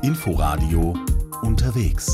Inforadio unterwegs.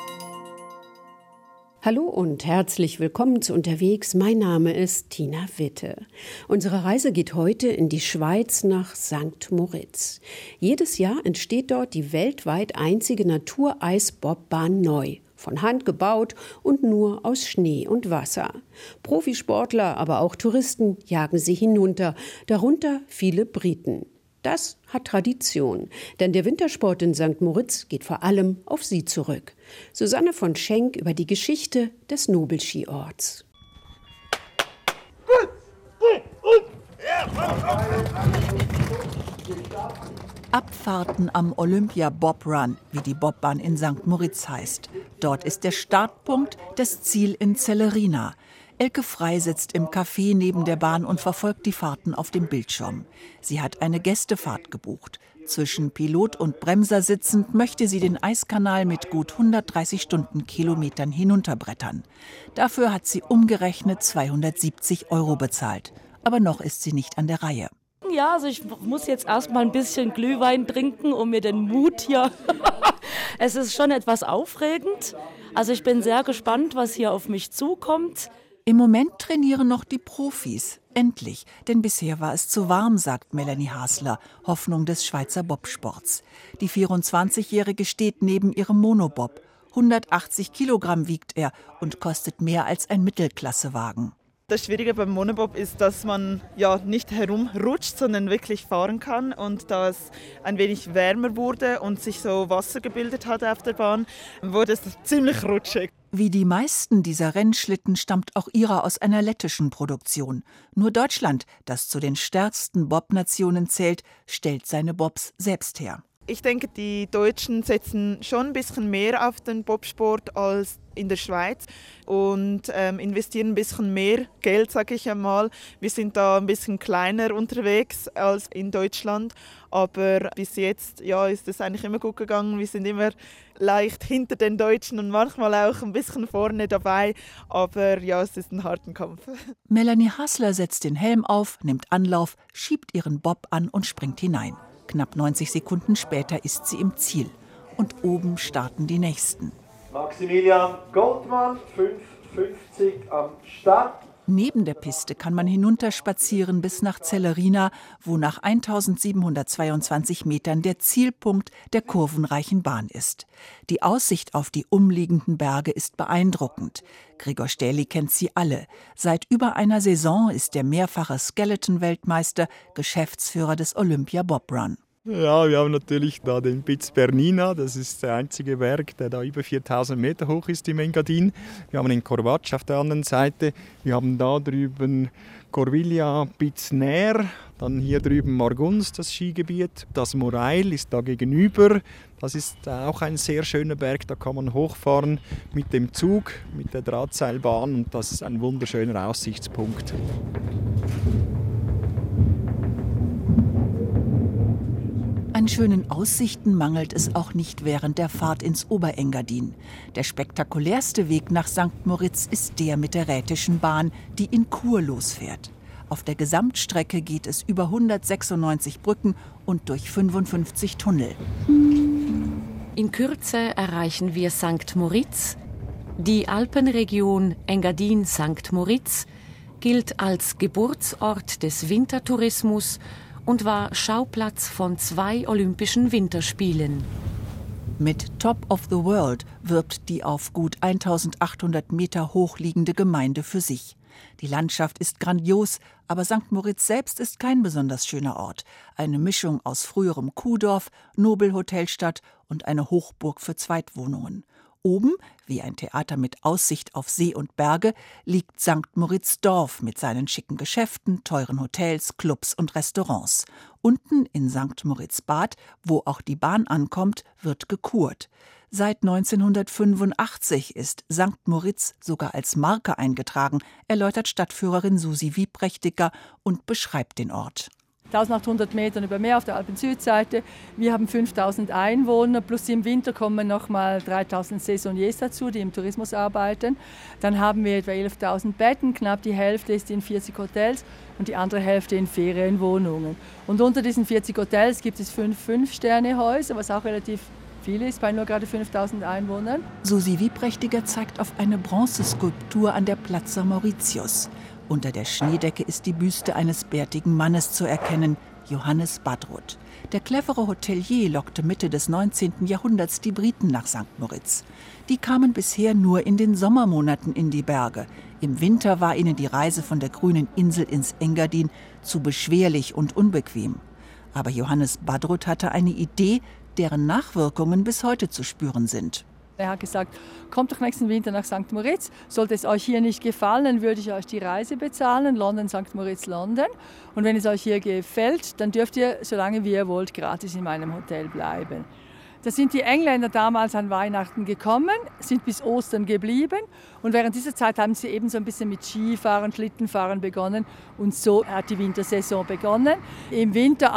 Hallo und herzlich willkommen zu Unterwegs. Mein Name ist Tina Witte. Unsere Reise geht heute in die Schweiz nach St. Moritz. Jedes Jahr entsteht dort die weltweit einzige Natureisbobbahn neu. Von Hand gebaut und nur aus Schnee und Wasser. Profisportler, aber auch Touristen jagen sie hinunter, darunter viele Briten. Das hat Tradition, denn der Wintersport in St. Moritz geht vor allem auf sie zurück. Susanne von Schenk über die Geschichte des Nobelskiorts. Abfahrten am Olympia Bob Run, wie die Bobbahn in St. Moritz heißt. Dort ist der Startpunkt, das Ziel in Celerina. Elke Frey sitzt im Café neben der Bahn und verfolgt die Fahrten auf dem Bildschirm. Sie hat eine Gästefahrt gebucht. Zwischen Pilot und Bremser sitzend möchte sie den Eiskanal mit gut 130 Stundenkilometern hinunterbrettern. Dafür hat sie umgerechnet 270 € bezahlt. Aber noch ist sie nicht an der Reihe. Ja, also ich muss jetzt erstmal ein bisschen Glühwein trinken, um mir den Mut hier... Es ist schon etwas aufregend. Also ich bin sehr gespannt, was hier auf mich zukommt. Im Moment trainieren noch die Profis. Endlich, denn bisher war es zu warm, sagt Melanie Hasler, Hoffnung des Schweizer Bobsports. Die 24-Jährige steht neben ihrem Monobob. 180 Kilogramm wiegt er und kostet mehr als ein Mittelklassewagen. Das Schwierige beim Monobob ist, dass man ja nicht herumrutscht, sondern wirklich fahren kann. Und da es ein wenig wärmer wurde und sich so Wasser gebildet hat auf der Bahn, wurde es ziemlich rutschig. Wie die meisten dieser Rennschlitten stammt auch ihrer aus einer lettischen Produktion. Nur Deutschland, das zu den stärksten Bob-Nationen zählt, stellt seine Bobs selbst her. Ich denke, die Deutschen setzen schon ein bisschen mehr auf den Bobsport als in der Schweiz und investieren ein bisschen mehr Geld, sage ich einmal. Wir sind da ein bisschen kleiner unterwegs als in Deutschland, aber bis jetzt ist es eigentlich immer gut gegangen. Wir sind immer leicht hinter den Deutschen und manchmal auch ein bisschen vorne dabei, aber ja, es ist ein harter Kampf. Melanie Hasler setzt den Helm auf, nimmt Anlauf, schiebt ihren Bob an und springt hinein. Knapp 90 Sekunden später ist sie im Ziel. Und oben starten die Nächsten. Maximilian Goldmann, 5,50 am Start. Neben der Piste kann man hinunterspazieren bis nach Celerina, wo nach 1722 Metern der Zielpunkt der kurvenreichen Bahn ist. Die Aussicht auf die umliegenden Berge ist beeindruckend. Gregor Stähli kennt sie alle. Seit über einer Saison ist der mehrfache Skeleton-Weltmeister Geschäftsführer des Olympia Bob Run. Ja, wir haben natürlich da den Piz Bernina, das ist der einzige Berg, der da über 4000 Meter hoch ist im Engadin. Wir haben den Corvatsch auf der anderen Seite, wir haben da drüben Corviglia Piz Ner, dann hier drüben Marguns, das Skigebiet. Das Morail ist da gegenüber, das ist auch ein sehr schöner Berg, da kann man hochfahren mit dem Zug, mit der Drahtseilbahn und das ist ein wunderschöner Aussichtspunkt. An schönen Aussichten mangelt es auch nicht während der Fahrt ins Oberengadin. Der spektakulärste Weg nach St. Moritz ist der mit der Rhätischen Bahn, die in Chur losfährt. Auf der Gesamtstrecke geht es über 196 Brücken und durch 55 Tunnel. In Kürze erreichen wir St. Moritz. Die Alpenregion Engadin-St. Moritz gilt als Geburtsort des Wintertourismus und war Schauplatz von 2 Olympischen Winterspielen. Mit Top of the World wirbt die auf gut 1800 Meter hoch liegende Gemeinde für sich. Die Landschaft ist grandios, aber St. Moritz selbst ist kein besonders schöner Ort. Eine Mischung aus früherem Kuhdorf, Nobelhotelstadt und eine Hochburg für Zweitwohnungen. Oben, wie ein Theater mit Aussicht auf See und Berge, liegt St. Moritz Dorf mit seinen schicken Geschäften, teuren Hotels, Clubs und Restaurants. Unten in St. Moritz Bad, wo auch die Bahn ankommt, wird gekurt. Seit 1985 ist St. Moritz sogar als Marke eingetragen, erläutert Stadtführerin Susi Wiebrächtiger und beschreibt den Ort. 1800 Metern über Meer auf der Alpen-Südseite. Wir haben 5000 Einwohner, plus im Winter kommen noch mal 3000 Saisonniers dazu, die im Tourismus arbeiten. Dann haben wir etwa 11.000 Betten, knapp die Hälfte ist in 40 Hotels und die andere Hälfte in Ferienwohnungen. Und unter diesen 40 Hotels gibt es 5 Fünf-Sterne-Häuser, was auch relativ Viel ist bei nur gerade 5.000 Einwohnern. Susi Wieprächtiger zeigt auf eine Bronzeskulptur an der Plaza Mauritius. Unter der Schneedecke ist die Büste eines bärtigen Mannes zu erkennen, Johannes Badrut. Der clevere Hotelier lockte Mitte des 19. Jahrhunderts die Briten nach St. Moritz. Die kamen bisher nur in den Sommermonaten in die Berge. Im Winter war ihnen die Reise von der grünen Insel ins Engadin zu beschwerlich und unbequem. Aber Johannes Badrut hatte eine Idee, deren Nachwirkungen bis heute zu spüren sind. Er hat gesagt, kommt doch nächsten Winter nach St. Moritz. Sollte es euch hier nicht gefallen, dann würde ich euch die Reise bezahlen, London, St. Moritz, London. Und wenn es euch hier gefällt, dann dürft ihr, solange wie ihr wollt, gratis in meinem Hotel bleiben. Da sind die Engländer damals an Weihnachten gekommen, sind bis Ostern geblieben. Und während dieser Zeit haben sie eben so ein bisschen mit Skifahren, Schlittenfahren begonnen. Und so hat die Wintersaison begonnen, im Winter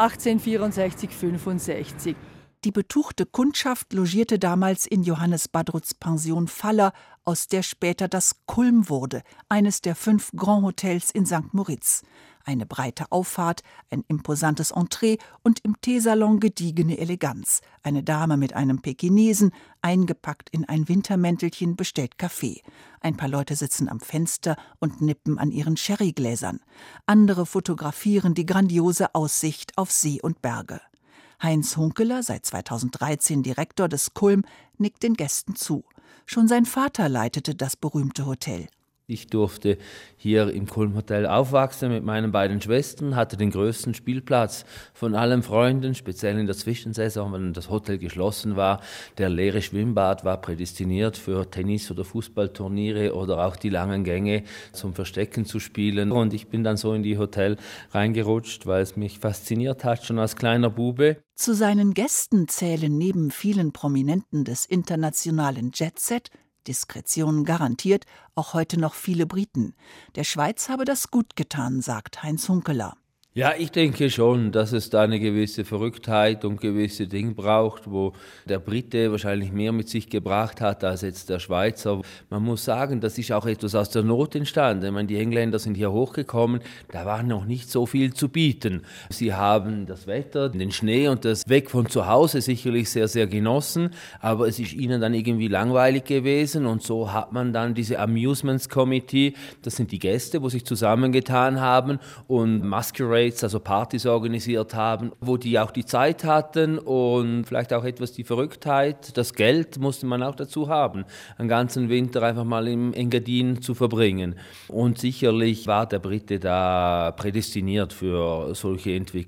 1864/65. Die betuchte Kundschaft logierte damals in Johannes Badruts Pension Faller, aus der später das Kulm wurde, eines der 5 Grand Hotels in St. Moritz. Eine breite Auffahrt, ein imposantes Entree und im Teesalon gediegene Eleganz. Eine Dame mit einem Pekinesen, eingepackt in ein Wintermäntelchen, bestellt Kaffee. Ein paar Leute sitzen am Fenster und nippen an ihren Sherrygläsern. Andere fotografieren die grandiose Aussicht auf See und Berge. Heinz Hunkeler, seit 2013 Direktor des Kulm, nickt den Gästen zu. Schon sein Vater leitete das berühmte Hotel. Ich durfte hier im Kulm Hotel aufwachsen mit meinen beiden Schwestern, hatte den größten Spielplatz von allen Freunden, speziell in der Zwischensaison, wenn das Hotel geschlossen war. Der leere Schwimmbad war prädestiniert für Tennis- oder Fußballturniere oder auch die langen Gänge zum Verstecken zu spielen. Und ich bin dann so in die Hotel reingerutscht, weil es mich fasziniert hat, schon als kleiner Bube. Zu seinen Gästen zählen neben vielen Prominenten des internationalen Jet-Set, Diskretion garantiert, auch heute noch viele Briten. Der Schweiz habe das gut getan, sagt Heinz Hunkeler. Ja, ich denke schon, dass es da eine gewisse Verrücktheit und gewisse Dinge braucht, wo der Brite wahrscheinlich mehr mit sich gebracht hat als jetzt der Schweizer. Man muss sagen, das ist auch etwas aus der Not entstanden. Ich meine, die Engländer sind hier hochgekommen, da war noch nicht so viel zu bieten. Sie haben das Wetter, den Schnee und das Weg von zu Hause sicherlich sehr, sehr genossen, aber es ist ihnen dann irgendwie langweilig gewesen und so hat man dann diese Amusements Committee, das sind die Gäste, wo sich zusammengetan haben und Masquerade, also Partys organisiert haben, wo die auch die Zeit hatten und vielleicht auch etwas die Verrücktheit. Das Geld musste man auch dazu haben, einen ganzen Winter einfach mal im Engadin zu verbringen. Und sicherlich war der Brite da prädestiniert für solche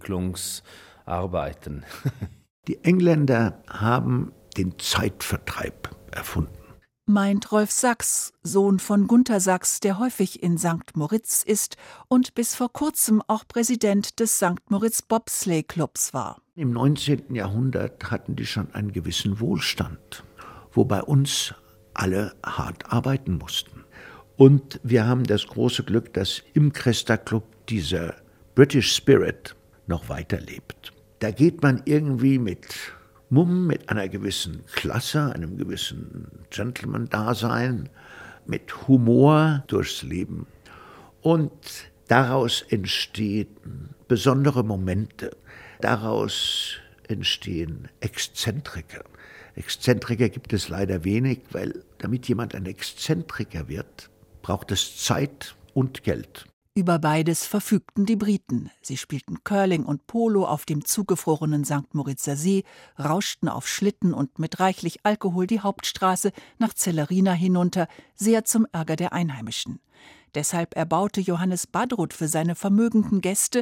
Entwicklungsarbeiten. Die Engländer haben den Zeitvertreib erfunden. Meint Rolf Sachs, Sohn von Gunter Sachs, der häufig in St. Moritz ist und bis vor kurzem auch Präsident des St. Moritz Bobsleigh Clubs war. Im 19. Jahrhundert hatten die schon einen gewissen Wohlstand, wo bei uns alle hart arbeiten mussten. Und wir haben das große Glück, dass im Cresta Club dieser British Spirit noch weiterlebt. Da geht man irgendwie mit Mumm, mit einer gewissen Klasse, einem gewissen Gentleman-Dasein, mit Humor durchs Leben. Und daraus entstehen besondere Momente. Daraus entstehen Exzentriker. Exzentriker gibt es leider wenig, weil damit jemand ein Exzentriker wird, braucht es Zeit und Geld. Über beides verfügten die Briten. Sie spielten Curling und Polo auf dem zugefrorenen St. Moritzer See, rauschten auf Schlitten und mit reichlich Alkohol die Hauptstraße nach Celerina hinunter, sehr zum Ärger der Einheimischen. Deshalb erbaute Johannes Badrut für seine vermögenden Gäste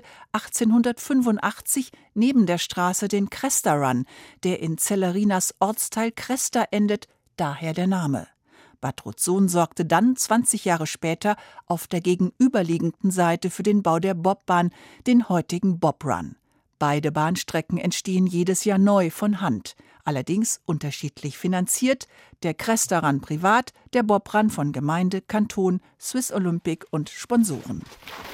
1885 neben der Straße den Cresta Run, der in Celerinas Ortsteil Cresta endet, daher der Name. Badruts Sohn sorgte dann 20 Jahre später auf der gegenüberliegenden Seite für den Bau der Bobbahn, den heutigen Bob Run. Beide Bahnstrecken entstehen jedes Jahr neu von Hand, allerdings unterschiedlich finanziert, der Cresta Run privat, der Bob Run von Gemeinde, Kanton, Swiss Olympic und Sponsoren.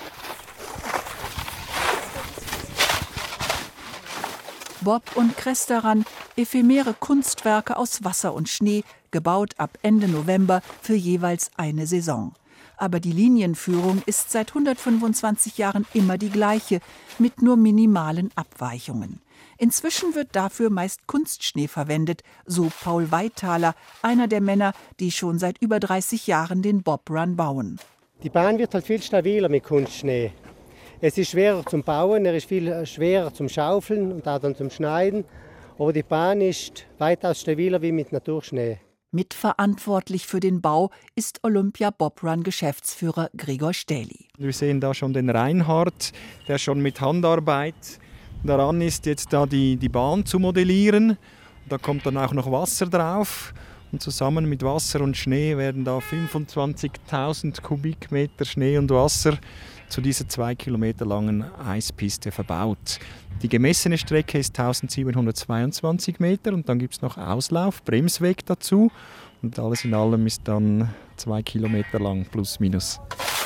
Bob und Cresta Run, ephemere Kunstwerke aus Wasser und Schnee, gebaut ab Ende November für jeweils eine Saison. Aber die Linienführung ist seit 125 Jahren immer die gleiche, mit nur minimalen Abweichungen. Inzwischen wird dafür meist Kunstschnee verwendet, so Paul Weithaler, einer der Männer, die schon seit über 30 Jahren den Bobrun bauen. Die Bahn wird halt viel stabiler mit Kunstschnee. Es ist schwerer zum Bauen, er ist viel schwerer zum Schaufeln und auch dann zum Schneiden. Aber die Bahn ist weitaus stabiler wie mit Naturschnee. Mitverantwortlich für den Bau ist Olympia-Bobrun-Geschäftsführer Gregor Stähli. Wir sehen da schon den Reinhard, der schon mit Handarbeit daran ist, jetzt da die Bahn zu modellieren. Da kommt dann auch noch Wasser drauf. Und zusammen mit Wasser und Schnee werden da 25.000 Kubikmeter Schnee und Wasser zu dieser 2 Kilometer langen Eispiste verbaut. Die gemessene Strecke ist 1722 Meter und dann gibt es noch Auslauf, Bremsweg dazu. Und alles in allem ist dann 2 Kilometer lang, plus minus.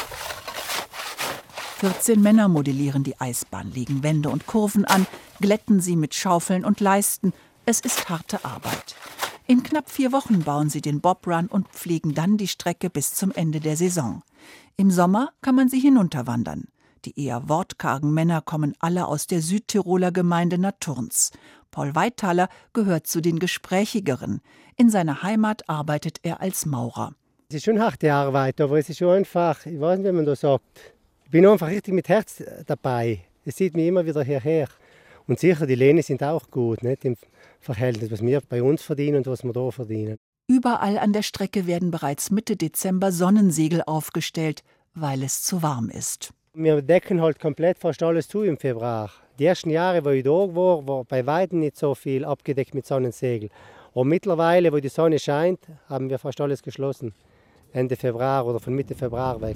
14 Männer modellieren die Eisbahn, legen Wände und Kurven an, glätten sie mit Schaufeln und Leisten. Es ist harte Arbeit. In knapp 4 Wochen bauen sie den Bobrun und pflegen dann die Strecke bis zum Ende der Saison. Im Sommer kann man sie hinunterwandern. Die eher wortkargen Männer kommen alle aus der Südtiroler Gemeinde Naturns. Paul Weithaler gehört zu den Gesprächigeren. In seiner Heimat arbeitet er als Maurer. Es ist schon harte Arbeit, aber es ist schon einfach, ich weiß nicht, wie man das sagt. Ich bin einfach richtig mit Herz dabei. Es zieht mich immer wieder hierher. Und sicher, die Löhne sind auch gut, nicht im Verhältnis, was wir bei uns verdienen und was wir da verdienen. Überall an der Strecke werden bereits Mitte Dezember Sonnensegel aufgestellt, weil es zu warm ist. Wir decken halt komplett fast alles zu im Februar. Die ersten Jahre, wo ich da war bei weitem nicht so viel abgedeckt mit Sonnensegel. Und mittlerweile, wo die Sonne scheint, haben wir fast alles geschlossen. Ende Februar oder von Mitte Februar weg.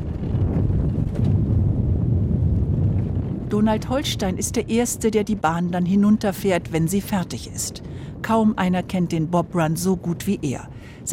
Donald Holstein ist der Erste, der die Bahn dann hinunterfährt, wenn sie fertig ist. Kaum einer kennt den Bobrun so gut wie er.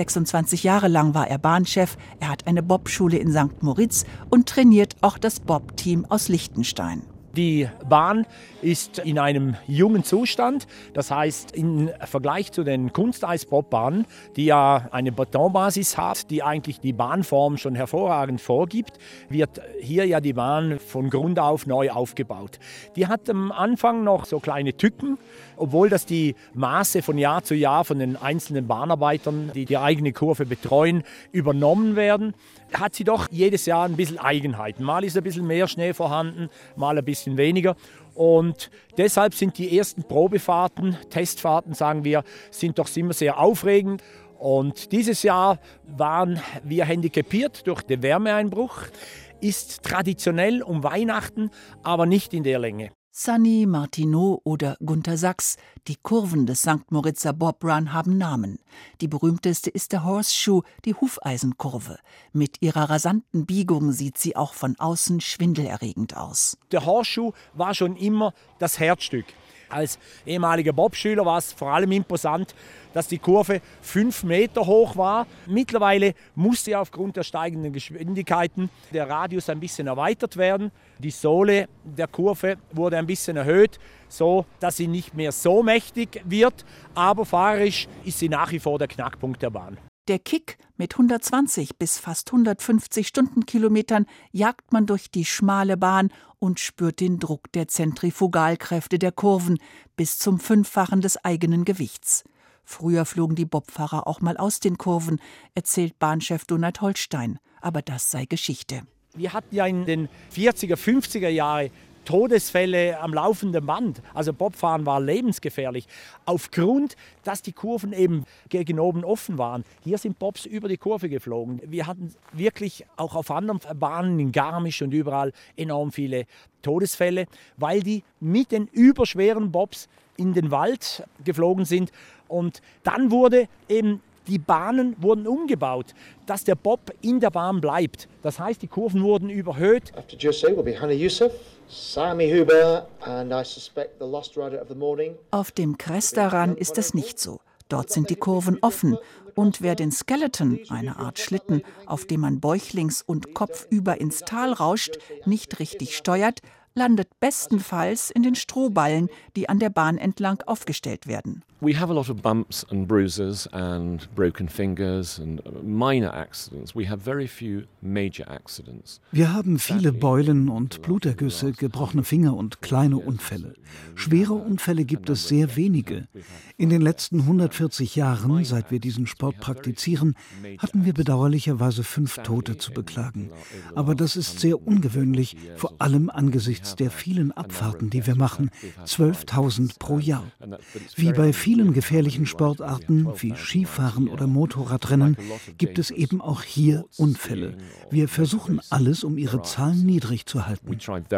26 Jahre lang war er Bahnchef, er hat eine Bobschule in St. Moritz und trainiert auch das Bob-Team aus Liechtenstein. Die Bahn ist in einem jungen Zustand, das heißt im Vergleich zu den Kunsteisbobbahnen, die ja eine Betonbasis hat, die eigentlich die Bahnform schon hervorragend vorgibt, wird hier ja die Bahn von Grund auf neu aufgebaut. Die hat am Anfang noch so kleine Tücken, obwohl das die Maße von Jahr zu Jahr von den einzelnen Bahnarbeitern, die die eigene Kurve betreuen, übernommen werden, hat sie doch jedes Jahr ein bisschen Eigenheiten. Mal ist ein bisschen mehr Schnee vorhanden, mal ein bisschen weniger. Und deshalb sind die ersten Probefahrten, Testfahrten, sagen wir, sind doch immer sehr aufregend. Und dieses Jahr waren wir handicapiert durch den Wärmeeinbruch. Ist traditionell um Weihnachten, aber nicht in der Länge. Sunny, Martineau oder Gunter Sachs, die Kurven des St. Moritzer Bobrun haben Namen. Die berühmteste ist der Horseshoe, die Hufeisenkurve. Mit ihrer rasanten Biegung sieht sie auch von außen schwindelerregend aus. Der Horseshoe war schon immer das Herzstück. Als ehemaliger Bobschüler war es vor allem imposant, dass die Kurve 5 Meter hoch war. Mittlerweile musste aufgrund der steigenden Geschwindigkeiten der Radius ein bisschen erweitert werden. Die Sohle der Kurve wurde ein bisschen erhöht, so dass sie nicht mehr so mächtig wird, aber fahrerisch ist sie nach wie vor der Knackpunkt der Bahn. Der Kick mit 120 bis fast 150 Stundenkilometern jagt man durch die schmale Bahn und spürt den Druck der Zentrifugalkräfte der Kurven bis zum 5-fachen des eigenen Gewichts. Früher flogen die Bobfahrer auch mal aus den Kurven, erzählt Bahnchef Donald Holstein. Aber das sei Geschichte. Wir hatten ja in den 40er, 50er Jahren Todesfälle am laufenden Band. Also Bobfahren war lebensgefährlich. Aufgrund, dass die Kurven eben gegen oben offen waren. Hier sind Bobs über die Kurve geflogen. Wir hatten wirklich auch auf anderen Bahnen, in Garmisch und überall, enorm viele Todesfälle, weil die mit den überschweren Bobs in den Wald geflogen sind. Und dann die Bahnen wurden umgebaut, dass der Bob in der Bahn bleibt. Das heißt, die Kurven wurden überhöht. Auf dem Cresta-Run ist es nicht so. Dort sind die Kurven offen. Und wer den Skeleton, eine Art Schlitten, auf dem man bäuchlings und kopfüber ins Tal rauscht, nicht richtig steuert, landet bestenfalls in den Strohballen, die an der Bahn entlang aufgestellt werden. We have a lot of bumps and bruises and broken fingers and minor accidents. We have very few major accidents. Wir haben viele Beulen und Blutergüsse, gebrochene Finger und kleine Unfälle. Schwere Unfälle gibt es sehr wenige. In den letzten 140 Jahren, seit wir diesen Sport praktizieren, hatten wir bedauerlicherweise 5 Tote zu beklagen. Aber das ist sehr ungewöhnlich, vor allem angesichts der vielen Abfahrten, die wir machen, 12.000 pro Jahr. Wie bei vielen gefährlichen Sportarten, wie Skifahren oder Motorradrennen, gibt es eben auch hier Unfälle. Wir versuchen alles, um ihre Zahlen niedrig zu halten.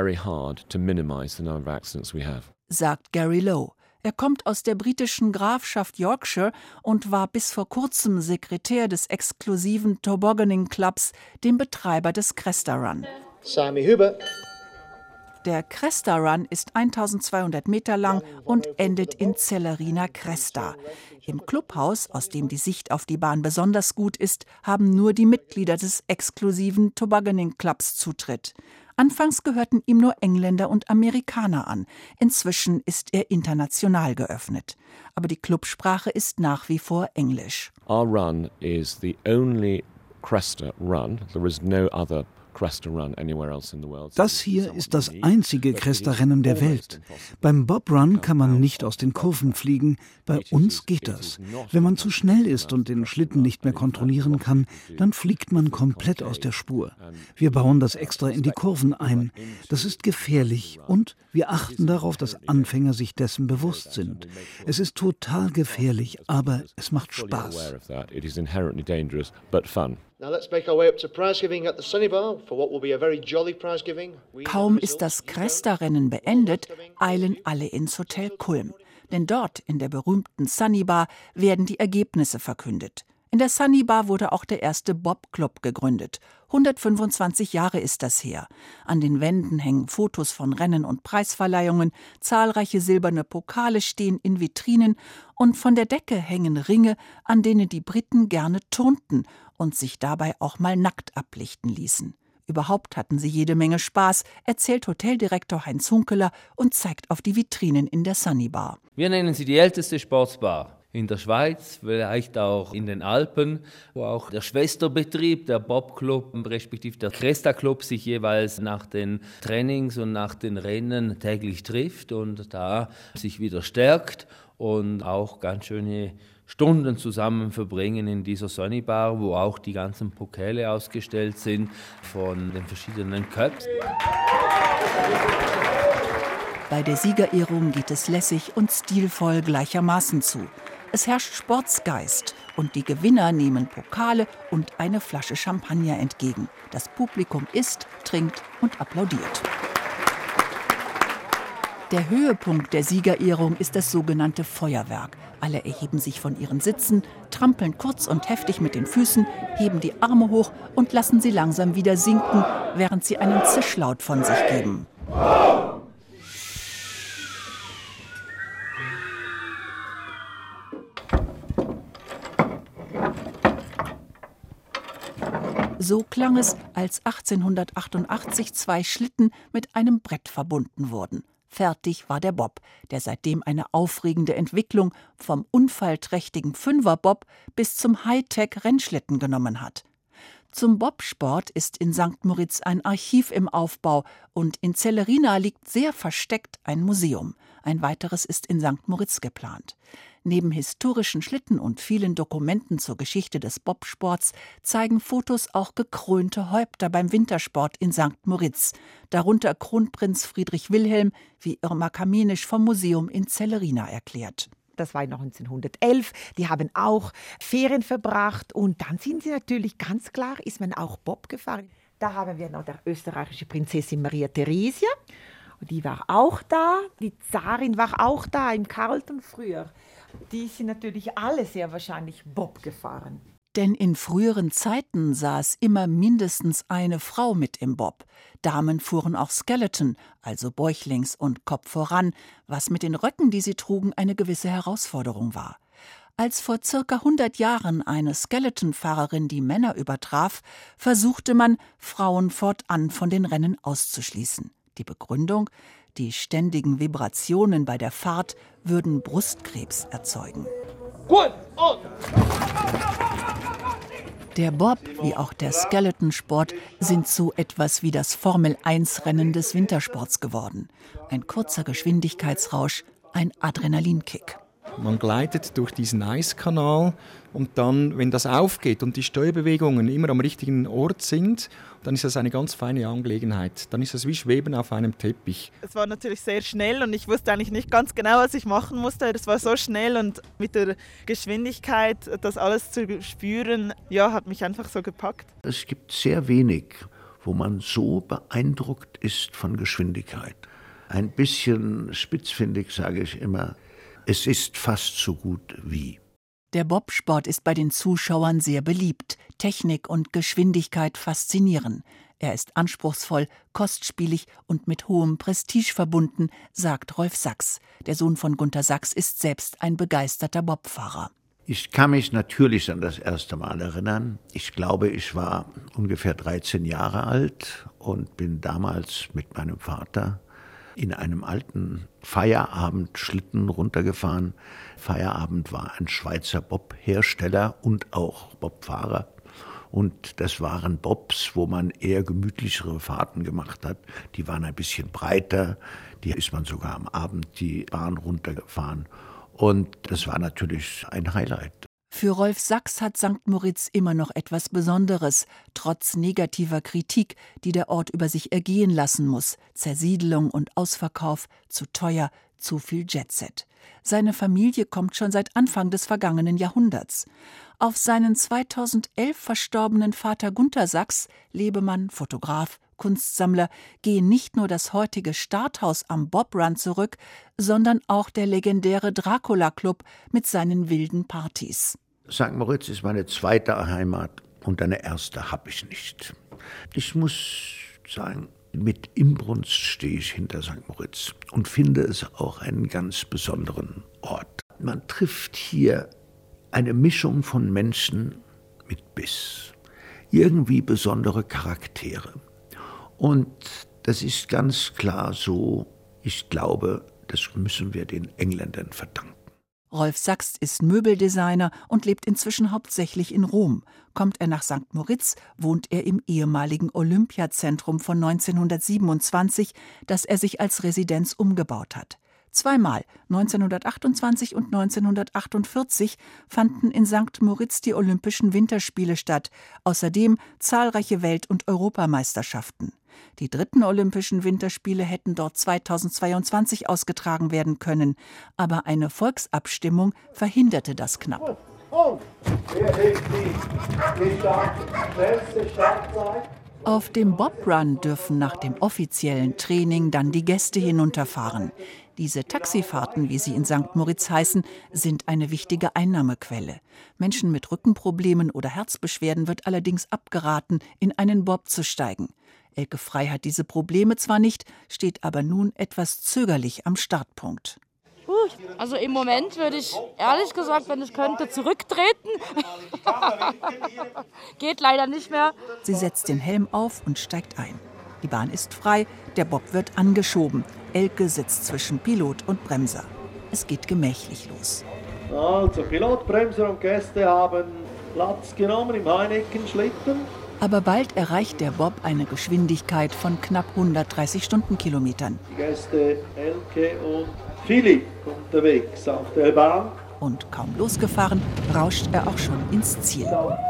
Sagt Gary Lowe. Er kommt aus der britischen Grafschaft Yorkshire und war bis vor kurzem Sekretär des exklusiven Tobogganing Clubs, dem Betreiber des Cresta Run. Sammy Huber. Der Cresta Run ist 1200 Meter lang und endet in Celerina Cresta. Im Clubhaus, aus dem die Sicht auf die Bahn besonders gut ist, haben nur die Mitglieder des exklusiven Tobogganing Clubs Zutritt. Anfangs gehörten ihm nur Engländer und Amerikaner an. Inzwischen ist er international geöffnet. Aber die Clubsprache ist nach wie vor Englisch. Our run is the only Cresta Run. There is no other Das hier ist das einzige Cresta-Rennen der Welt. Beim Bob-Run kann man nicht aus den Kurven fliegen, bei uns geht das. Wenn man zu schnell ist und den Schlitten nicht mehr kontrollieren kann, dann fliegt man komplett aus der Spur. Wir bauen das extra in die Kurven ein. Das ist gefährlich und wir achten darauf, dass Anfänger sich dessen bewusst sind. Es ist total gefährlich, aber es macht Spaß. Kaum ist das Cresta-Rennen beendet, eilen alle ins Hotel Kulm. Denn dort, in der berühmten Sunny Bar, werden die Ergebnisse verkündet. In der Sunny Bar wurde auch der erste Bob-Club gegründet. 125 Jahre ist das her. An den Wänden hängen Fotos von Rennen und Preisverleihungen, zahlreiche silberne Pokale stehen in Vitrinen und von der Decke hängen Ringe, an denen die Briten gerne turnten und sich dabei auch mal nackt ablichten ließen. Überhaupt hatten sie jede Menge Spaß, erzählt Hoteldirektor Heinz Hunkeler und zeigt auf die Vitrinen in der Sunny Bar. Wir nennen sie die älteste Sportsbar in der Schweiz, vielleicht auch in den Alpen, wo auch der Schwesterbetrieb, der Bob-Club, respektive der Cresta-Club sich jeweils nach den Trainings und nach den Rennen täglich trifft und da sich wieder stärkt und auch ganz schöne Stunden zusammen verbringen in dieser Sunny Bar, wo auch die ganzen Pokale ausgestellt sind von den verschiedenen Cups. Bei der Siegerehrung geht es lässig und stilvoll gleichermaßen zu. Es herrscht Sportsgeist und die Gewinner nehmen Pokale und eine Flasche Champagner entgegen. Das Publikum isst, trinkt und applaudiert. Der Höhepunkt der Siegerehrung ist das sogenannte Feuerwerk. Alle erheben sich von ihren Sitzen, trampeln kurz und heftig mit den Füßen, heben die Arme hoch und lassen sie langsam wieder sinken, während sie einen Zischlaut von sich geben. So klang es, als 1888 2 Schlitten mit einem Brett verbunden wurden. Fertig war der Bob, der seitdem eine aufregende Entwicklung vom unfallträchtigen Fünfer-Bob bis zum Hightech-Rennschlitten genommen hat. Zum Bobsport ist in St. Moritz ein Archiv im Aufbau und in Celerina liegt sehr versteckt ein Museum. Ein weiteres ist in St. Moritz geplant. Neben historischen Schlitten und vielen Dokumenten zur Geschichte des Bobsports zeigen Fotos auch gekrönte Häupter beim Wintersport in St. Moritz, darunter Kronprinz Friedrich Wilhelm, wie Irma Kamenisch vom Museum in Celerina erklärt. Das war 1911. Die haben auch Ferien verbracht und dann sind sie natürlich ganz klar, ist man auch Bob gefahren. Da haben wir noch die österreichische Prinzessin Maria Theresia. Die war auch da. Die Zarin war auch da im Carlton früher. Die sind natürlich alle sehr wahrscheinlich Bob gefahren. Denn in früheren Zeiten saß immer mindestens eine Frau mit im Bob. Damen fuhren auch Skeleton, also bäuchlings und Kopf voran, was mit den Röcken, die sie trugen, eine gewisse Herausforderung war. Als vor circa 100 Jahren eine Skeleton-Fahrerin die Männer übertraf, versuchte man, Frauen fortan von den Rennen auszuschließen. Die Begründung: die ständigen Vibrationen bei der Fahrt würden Brustkrebs erzeugen. Gut, und Der Bob, wie auch der Skeletonsport, sind so etwas wie das Formel-1-Rennen des Wintersports geworden. Ein kurzer Geschwindigkeitsrausch, ein Adrenalinkick. Man gleitet durch diesen Eiskanal und dann, wenn das aufgeht und die Steuerbewegungen immer am richtigen Ort sind, dann ist das eine ganz feine Angelegenheit. Dann ist das wie Schweben auf einem Teppich. Es war natürlich sehr schnell und ich wusste eigentlich nicht ganz genau, was ich machen musste. Es war so schnell und mit der Geschwindigkeit, das alles zu spüren, ja, hat mich einfach so gepackt. Es gibt sehr wenig, wo man so beeindruckt ist von Geschwindigkeit. Ein bisschen spitzfindig sage ich immer, es ist fast so gut wie. Der Bobsport ist bei den Zuschauern sehr beliebt. Technik und Geschwindigkeit faszinieren. Er ist anspruchsvoll, kostspielig und mit hohem Prestige verbunden, sagt Rolf Sachs. Der Sohn von Gunter Sachs ist selbst ein begeisterter Bobfahrer. Ich kann mich natürlich an das erste Mal erinnern. Ich glaube, ich war ungefähr 13 Jahre alt und bin damals mit meinem Vater in einem alten Feierabendschlitten runtergefahren. Feierabend war ein Schweizer Bob-Hersteller und auch Bobfahrer. Und das waren Bobs, wo man eher gemütlichere Fahrten gemacht hat. Die waren ein bisschen breiter. Die ist man sogar am Abend die Bahn runtergefahren. Und das war natürlich ein Highlight. Für Rolf Sachs hat St. Moritz immer noch etwas Besonderes, trotz negativer Kritik, die der Ort über sich ergehen lassen muss. Zersiedelung und Ausverkauf, zu teuer, zu viel Jetset. Seine Familie kommt schon seit Anfang des vergangenen Jahrhunderts. Auf seinen 2011 verstorbenen Vater Gunter Sachs, Lebemann, Fotograf, Kunstsammler, gehe nicht nur das heutige Starthaus am Bobrun zurück, sondern auch der legendäre Dracula-Club mit seinen wilden Partys. St. Moritz ist meine zweite Heimat und eine erste habe ich nicht. Ich muss sagen, mit Inbrunst stehe ich hinter St. Moritz und finde es auch einen ganz besonderen Ort. Man trifft hier eine Mischung von Menschen mit Biss, irgendwie besondere Charaktere. Und das ist ganz klar so, ich glaube, das müssen wir den Engländern verdanken. Rolf Sachs ist Möbeldesigner und lebt inzwischen hauptsächlich in Rom. Kommt er nach St. Moritz, wohnt er im ehemaligen Olympiazentrum von 1927, das er sich als Residenz umgebaut hat. Zweimal, 1928 und 1948, fanden in St. Moritz die Olympischen Winterspiele statt, außerdem zahlreiche Welt- und Europameisterschaften. Die 3. Olympischen Winterspiele hätten dort 2022 ausgetragen werden können, aber eine Volksabstimmung verhinderte das knapp. Auf dem Bobrun dürfen nach dem offiziellen Training dann die Gäste hinunterfahren. Diese Taxifahrten, wie sie in St. Moritz heißen, sind eine wichtige Einnahmequelle. Menschen mit Rückenproblemen oder Herzbeschwerden wird allerdings abgeraten, in einen Bob zu steigen. Elke Frey hat diese Probleme zwar nicht, steht aber nun etwas zögerlich am Startpunkt. Also im Moment würde ich ehrlich gesagt, wenn ich könnte, zurücktreten. Geht leider nicht mehr. Sie setzt den Helm auf und steigt ein. Die Bahn ist frei, der Bob wird angeschoben. Elke sitzt zwischen Pilot und Bremser. Es geht gemächlich los. Also Pilot, Bremser und Gäste haben Platz genommen im Heineken-Schlitten. Aber bald erreicht der Bob eine Geschwindigkeit von knapp 130 Stundenkilometern. Die Gäste Elke und Philipp unterwegs auf der Bahn. Und kaum losgefahren, rauscht er auch schon ins Ziel.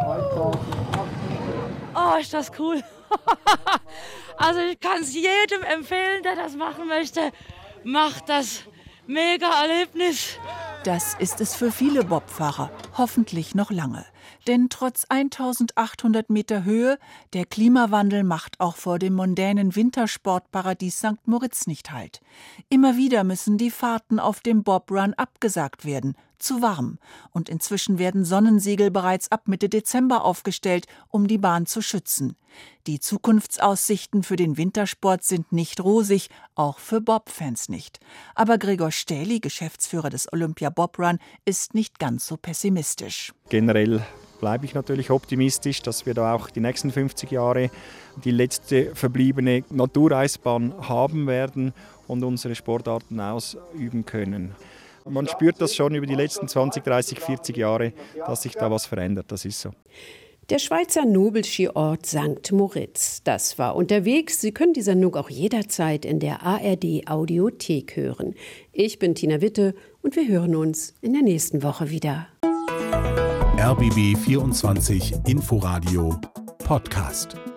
Oh, ist das cool. Also ich kann es jedem empfehlen, der das machen möchte. Macht das. Mega Erlebnis. Das ist es für viele Bobfahrer, hoffentlich noch lange. Denn trotz 1800 Meter Höhe, der Klimawandel macht auch vor dem mondänen Wintersportparadies St. Moritz nicht Halt. Immer wieder müssen die Fahrten auf dem Bobrun abgesagt werden, zu warm. Und inzwischen werden Sonnensegel bereits ab Mitte Dezember aufgestellt, um die Bahn zu schützen. Die Zukunftsaussichten für den Wintersport sind nicht rosig, auch für Bob-Fans nicht. Aber Gregor Stähli, Geschäftsführer des Olympia Bobrun, ist nicht ganz so pessimistisch. Generell bleibe ich natürlich optimistisch, dass wir da auch die nächsten 50 Jahre die letzte verbliebene Natureisbahn haben werden und unsere Sportarten ausüben können. Man spürt das schon über die letzten 20, 30, 40 Jahre, dass sich da was verändert. Das ist so. Der Schweizer Nobelskiort St. Moritz. Das war unterwegs. Sie können die Sendung auch jederzeit in der ARD Audiothek hören. Ich bin Tina Witte und wir hören uns in der nächsten Woche wieder. RBB 24 Inforadio Podcast.